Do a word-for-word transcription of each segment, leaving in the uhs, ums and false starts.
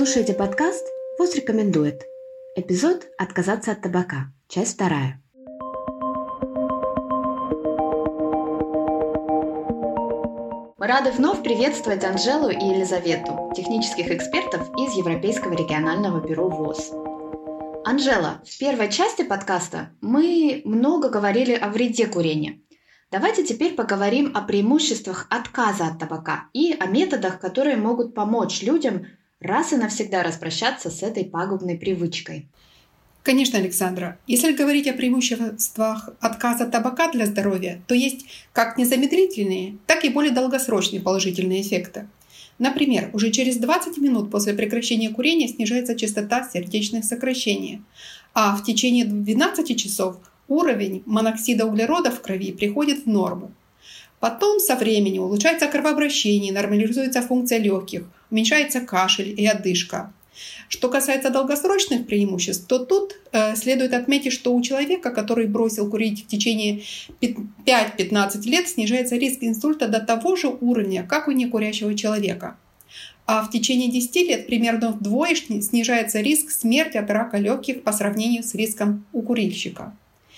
слушаете подкаст «ВОЗ рекомендует». Эпизод «Отказаться от табака». Часть вторая. Мы рады вновь приветствовать Анжелу и Елизавету, технических экспертов из Европейского регионального бюро ВОЗ. Анжела, в первой части подкаста мы много говорили о вреде курения. Давайте теперь поговорим о преимуществах отказа от табака и о методах, которые могут помочь людям раз и навсегда распрощаться с этой пагубной привычкой. Конечно, Александра. Если говорить о преимуществах отказа от табака для здоровья, то есть как незамедлительные, так и более долгосрочные положительные эффекты. Например, уже через двадцать минут после прекращения курения снижается частота сердечных сокращений, а в течение двенадцати часов уровень моноксида углерода в крови приходит в норму. Потом со временем улучшается кровообращение, нормализуется функция легких, уменьшается кашель и одышка. Что касается долгосрочных преимуществ, то тут э, следует отметить, что у человека, который бросил курить в течение пяти-пятнадцати лет, снижается риск инсульта до того же уровня, как у некурящего человека. А в течение десяти лет примерно вдвое снижается риск смерти от рака легких по сравнению с риском у курильщика.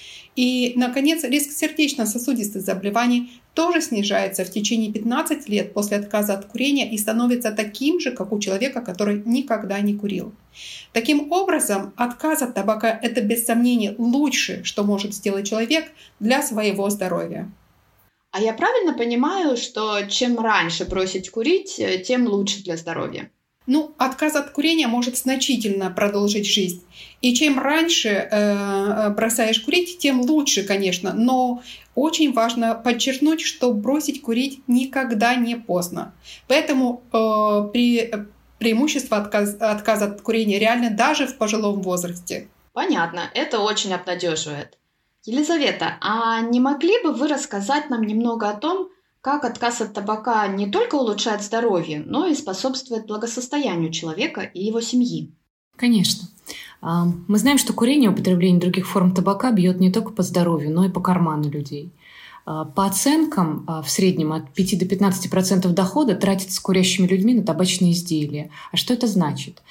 И, наконец, риск сердечно-сосудистых заболеваний тоже снижается в течение пятнадцати лет после отказа от курения и становится таким же, как у человека, который никогда не курил. Таким образом, отказ от табака – это без сомнения лучшее, что может сделать человек для своего здоровья. А я правильно понимаю, что чем раньше бросить курить, тем лучше для здоровья? Ну, отказ от курения может значительно продолжить жизнь. И чем раньше э, бросаешь курить, тем лучше, конечно. Но очень важно подчеркнуть, что бросить курить никогда не поздно. Поэтому э, при, преимущество отказ, отказа от курения реально даже в пожилом возрасте. Понятно, это очень обнадеживает. Елизавета, а не могли бы вы рассказать нам немного о том, как отказ от табака не только улучшает здоровье, но и способствует благосостоянию человека и его семьи? Конечно. Мы знаем, что курение и употребление других форм табака бьет не только по здоровью, но и по карману людей. По оценкам, в среднем от пяти до пятнадцати процентов дохода тратится курящими людьми на табачные изделия. А что это значит?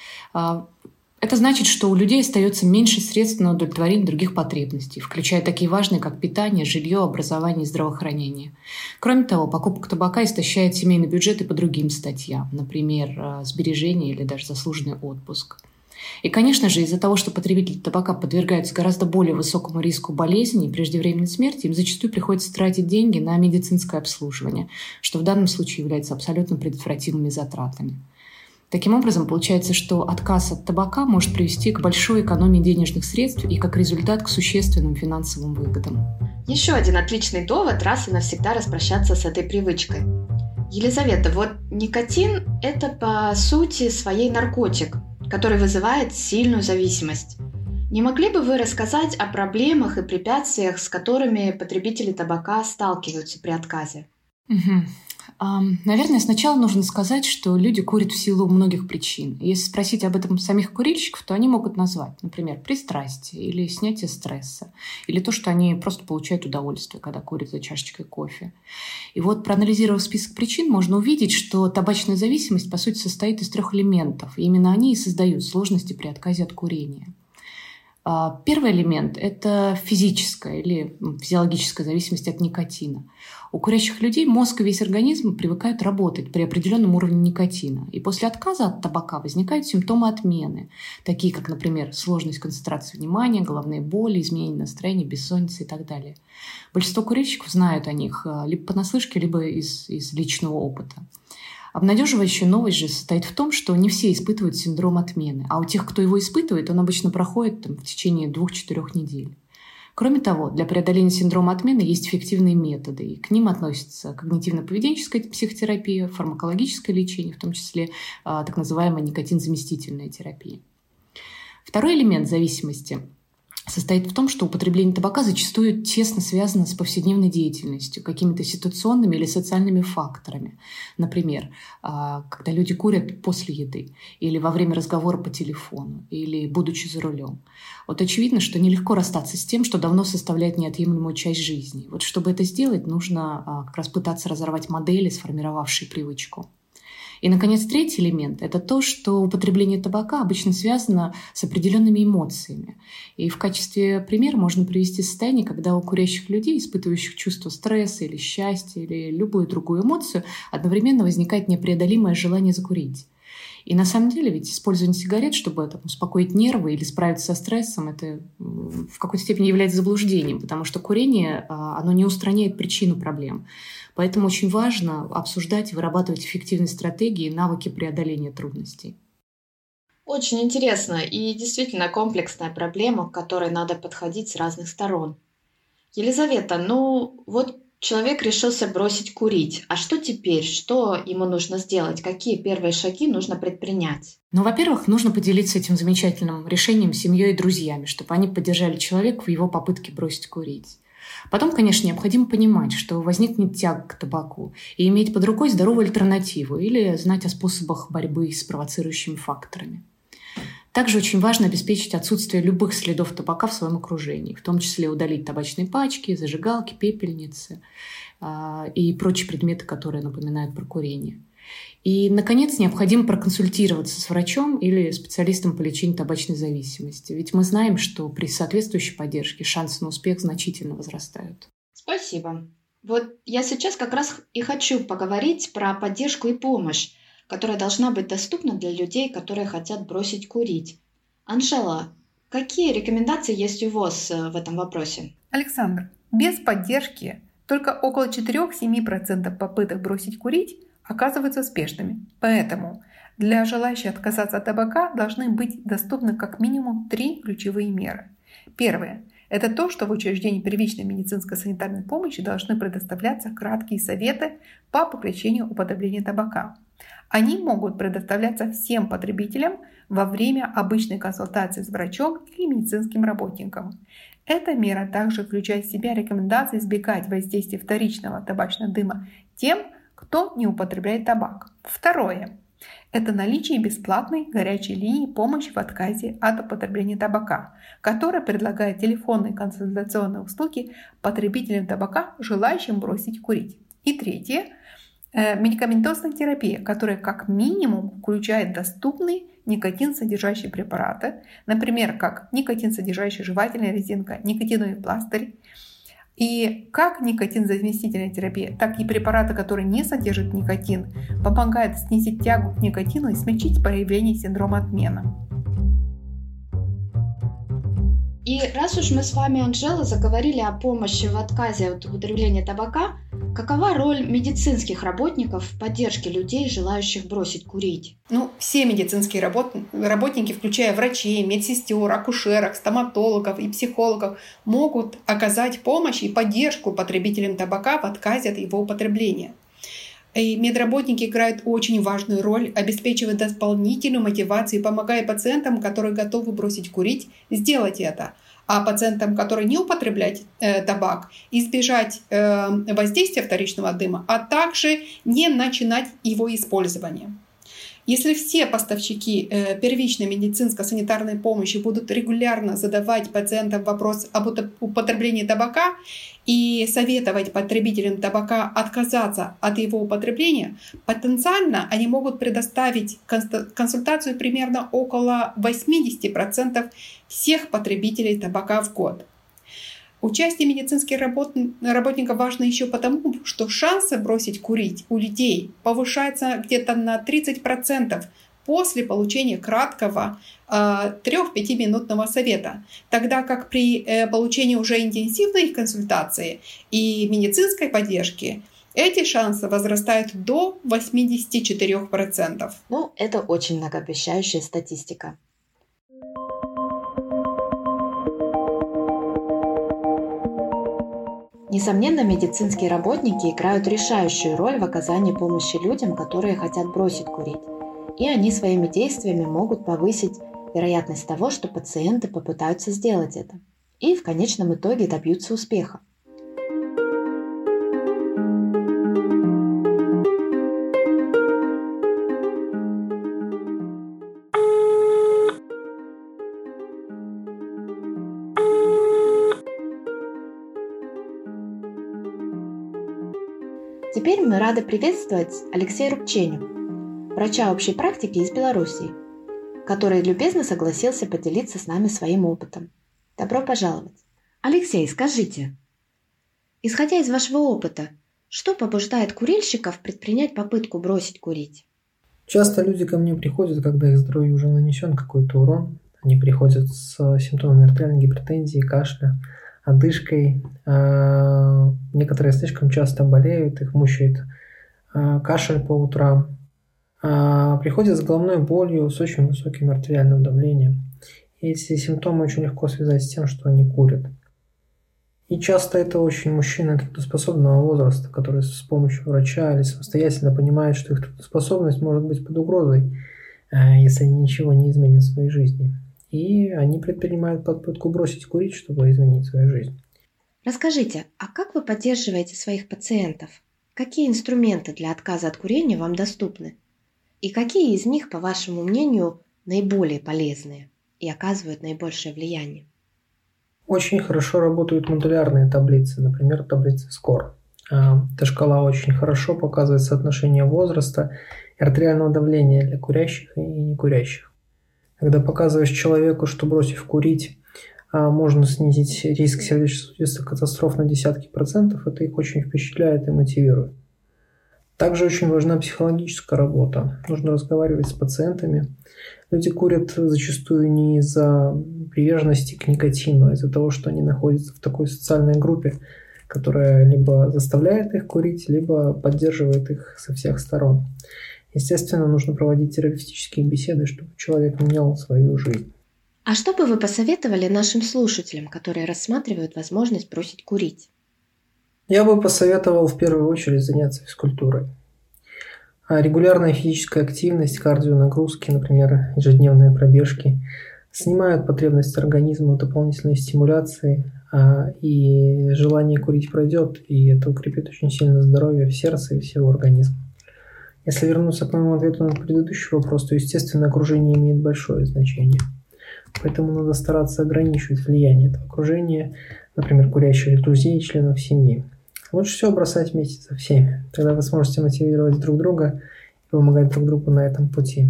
Это значит, что у людей остается меньше средств на удовлетворение других потребностей, включая такие важные, как питание, жилье, образование и здравоохранение. Кроме того, покупка табака истощает семейный бюджет и по другим статьям, например, сбережения или даже заслуженный отпуск. И, конечно же, из-за того, что потребители табака подвергаются гораздо более высокому риску болезней и преждевременной смерти, им зачастую приходится тратить деньги на медицинское обслуживание, что в данном случае является абсолютно предотвратимыми затратами. Таким образом, получается, что отказ от табака может привести к большой экономии денежных средств и, как результат, к существенным финансовым выгодам. Еще один отличный довод раз и навсегда распрощаться с этой привычкой. Елизавета, вот никотин – это по сути своей наркотик, который вызывает сильную зависимость. Не могли бы вы рассказать о проблемах и препятствиях, с которыми потребители табака сталкиваются при отказе? Угу. Наверное, сначала нужно сказать, что люди курят в силу многих причин. Если спросить об этом самих курильщиков, то они могут назвать, например, пристрастие или снятие стресса, или то, что они просто получают удовольствие, когда курят за чашечкой кофе. И вот, проанализировав список причин, можно увидеть, что табачная зависимость, по сути, состоит из трех элементов. И именно они и создают сложности при отказе от курения. Первый элемент – это физическая или физиологическая зависимость от никотина. У курящих людей мозг и весь организм привыкают работать при определенном уровне никотина. И после отказа от табака возникают симптомы отмены, такие как, например, сложность концентрации внимания, головные боли, изменение настроения, бессонница и так далее. Большинство курильщиков знают о них либо понаслышке, либо из, из личного опыта. Обнадеживающая новость же состоит в том, что не все испытывают синдром отмены, а у тех, кто его испытывает, он обычно проходит там, в течение двух-четырех недель. Кроме того, для преодоления синдрома отмены есть эффективные методы, и к ним относятся когнитивно-поведенческая психотерапия, фармакологическое лечение, в том числе так называемая никотинзаместительная терапия. Второй элемент зависимости состоит в том, что употребление табака зачастую тесно связано с повседневной деятельностью, какими-то ситуационными или социальными факторами. Например, когда люди курят после еды, или во время разговора по телефону, или будучи за рулем. Вот очевидно, что нелегко расстаться с тем, что давно составляет неотъемлемую часть жизни. Вот чтобы это сделать, нужно как раз пытаться разорвать модели, сформировавшие привычку. И, наконец, третий элемент – это то, что употребление табака обычно связано с определенными эмоциями. И в качестве примера можно привести состояние, когда у курящих людей, испытывающих чувство стресса или счастья, или любую другую эмоцию, одновременно возникает непреодолимое желание закурить. И на самом деле ведь использование сигарет, чтобы там, успокоить нервы или справиться со стрессом, это в какой-то степени является заблуждением, потому что курение, оно не устраняет причину проблем. Поэтому очень важно обсуждать и вырабатывать эффективные стратегии и навыки преодоления трудностей. Очень интересно и действительно комплексная проблема, к которой надо подходить с разных сторон. Елизавета, ну вот человек решился бросить курить. А что теперь? Что ему нужно сделать? Какие первые шаги нужно предпринять? Ну, во-первых, нужно поделиться этим замечательным решением с семьей и друзьями, чтобы они поддержали человека в его попытке бросить курить. Потом, конечно, необходимо понимать, что возникнет тяга к табаку, и иметь под рукой здоровую альтернативу или знать о способах борьбы с провоцирующими факторами. Также очень важно обеспечить отсутствие любых следов табака в своем окружении, в том числе удалить табачные пачки, зажигалки, пепельницы э, и прочие предметы, которые напоминают про курение. И, наконец, необходимо проконсультироваться с врачом или специалистом по лечению табачной зависимости, ведь мы знаем, что при соответствующей поддержке шансы на успех значительно возрастают. Спасибо. Вот я сейчас как раз и хочу поговорить про поддержку и помощь, которая должна быть доступна для людей, которые хотят бросить курить. Анжела, какие рекомендации есть у ВОС в этом вопросе? Александр, без поддержки только около четыре-семь процентов попыток бросить курить оказываются успешными. Поэтому для желающих отказаться от табака должны быть доступны как минимум три ключевые меры. Первое. Это то, что в учреждении первичной медицинской санитарной помощи должны предоставляться краткие советы по прекращению употребления табака. Они могут предоставляться всем потребителям во время обычной консультации с врачом или медицинским работником. Эта мера также включает в себя рекомендации избегать воздействия вторичного табачного дыма тем, кто не употребляет табак. Второе. Это наличие бесплатной горячей линии помощи в отказе от употребления табака, которая предлагает телефонные консультационные услуги потребителям табака, желающим бросить курить. И третье. Медикаментозная терапия, которая как минимум включает доступные никотин-содержащие препараты, например, как никотин-содержащая жевательная резинка, никотиновый пластырь, и как никотин-заместительная терапия, так и препараты, которые не содержат никотин, помогают снизить тягу к никотину и смягчить появление синдрома отмены. И раз уж мы с вами, Анжела, заговорили о помощи в отказе от употребления табака, какова роль медицинских работников в поддержке людей, желающих бросить курить? Ну, все медицинские работ... работники, включая врачей, медсестер, акушерок, стоматологов и психологов, могут оказать помощь и поддержку потребителям табака в отказе от его употребления. И медработники играют очень важную роль, обеспечивая дополнительную мотивацию и помогая пациентам, которые готовы бросить курить, сделать это. А пациентам, которые не употребляют э, табак, избежать э, воздействия вторичного дыма, а также не начинать его использование. Если все поставщики э, первичной медицинско-санитарной помощи будут регулярно задавать пациентам вопрос об употреблении табака и советовать потребителям табака отказаться от его употребления, потенциально они могут предоставить консультацию примерно около восемьдесят процентов всех потребителей табака в год. Участие медицинских работ... работников важно еще потому, что шансы бросить курить у людей повышаются где-то на тридцать процентов после получения краткого э, три-пятиминутного совета, тогда как при э, получении уже интенсивной консультации и медицинской поддержки эти шансы возрастают до восемьдесят четыре процента. Ну, это очень многообещающая статистика. Несомненно, медицинские работники играют решающую роль в оказании помощи людям, которые хотят бросить курить. И они своими действиями могут повысить вероятность того, что пациенты попытаются сделать это. И в конечном итоге добьются успеха. Теперь мы рады приветствовать Алексея Рубченю, врача общей практики из Беларуси, который любезно согласился поделиться с нами своим опытом. Добро пожаловать. Алексей, скажите, исходя из вашего опыта, что побуждает курильщиков предпринять попытку бросить курить? Часто люди ко мне приходят, когда их здоровью уже нанесен какой-то урон. Они приходят с симптомами артериальной гипертензии, кашля, одышкой. Некоторые слишком часто болеют, их мучает кашель по утрам. Приходят с головной болью, с очень высоким артериальным давлением. И эти симптомы очень легко связать с тем, что они курят. И часто это очень мужчины трудоспособного возраста, которые с помощью врача или самостоятельно понимают, что их трудоспособность может быть под угрозой, если они ничего не изменят в своей жизни. И они предпринимают попытку бросить курить, чтобы изменить свою жизнь. Расскажите, а как вы поддерживаете своих пациентов? Какие инструменты для отказа от курения вам доступны? И какие из них, по вашему мнению, наиболее полезные и оказывают наибольшее влияние? Очень хорошо работают модулярные таблицы, например, таблица скор. Эта шкала очень хорошо показывает соотношение возраста и артериального давления для курящих и некурящих. Когда показываешь человеку, что бросив курить, можно снизить риск сердечно-сосудистых катастроф на десятки процентов, это их очень впечатляет и мотивирует. Также очень важна психологическая работа. Нужно разговаривать с пациентами. Люди курят зачастую не из-за приверженности к никотину, а из-за того, что они находятся в такой социальной группе, которая либо заставляет их курить, либо поддерживает их со всех сторон. Естественно, нужно проводить терапевтические беседы, чтобы человек менял свою жизнь. А что бы вы посоветовали нашим слушателям, которые рассматривают возможность бросить курить? Я бы посоветовал в первую очередь заняться физкультурой. Регулярная физическая активность, кардионагрузки, например, ежедневные пробежки, снимают потребность организма в дополнительной стимуляции, и желание курить пройдет, и это укрепит очень сильно здоровье в сердце и всего организма. Если вернуться к моему ответу на предыдущий вопрос, то, естественно, окружение имеет большое значение. Поэтому надо стараться ограничивать влияние этого окружения, например, курящих друзей и членов семьи. Лучше всего бросать вместе со всеми. Тогда вы сможете мотивировать друг друга и помогать друг другу на этом пути.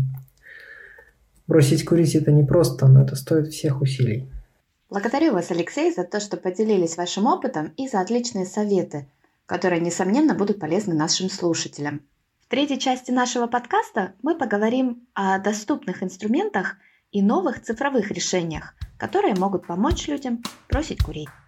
Бросить курить это непросто, но это стоит всех усилий. Благодарю вас, Алексей, за то, что поделились вашим опытом и за отличные советы, которые, несомненно, будут полезны нашим слушателям. В третьей части нашего подкаста мы поговорим о доступных инструментах и новых цифровых решениях, которые могут помочь людям бросить курить.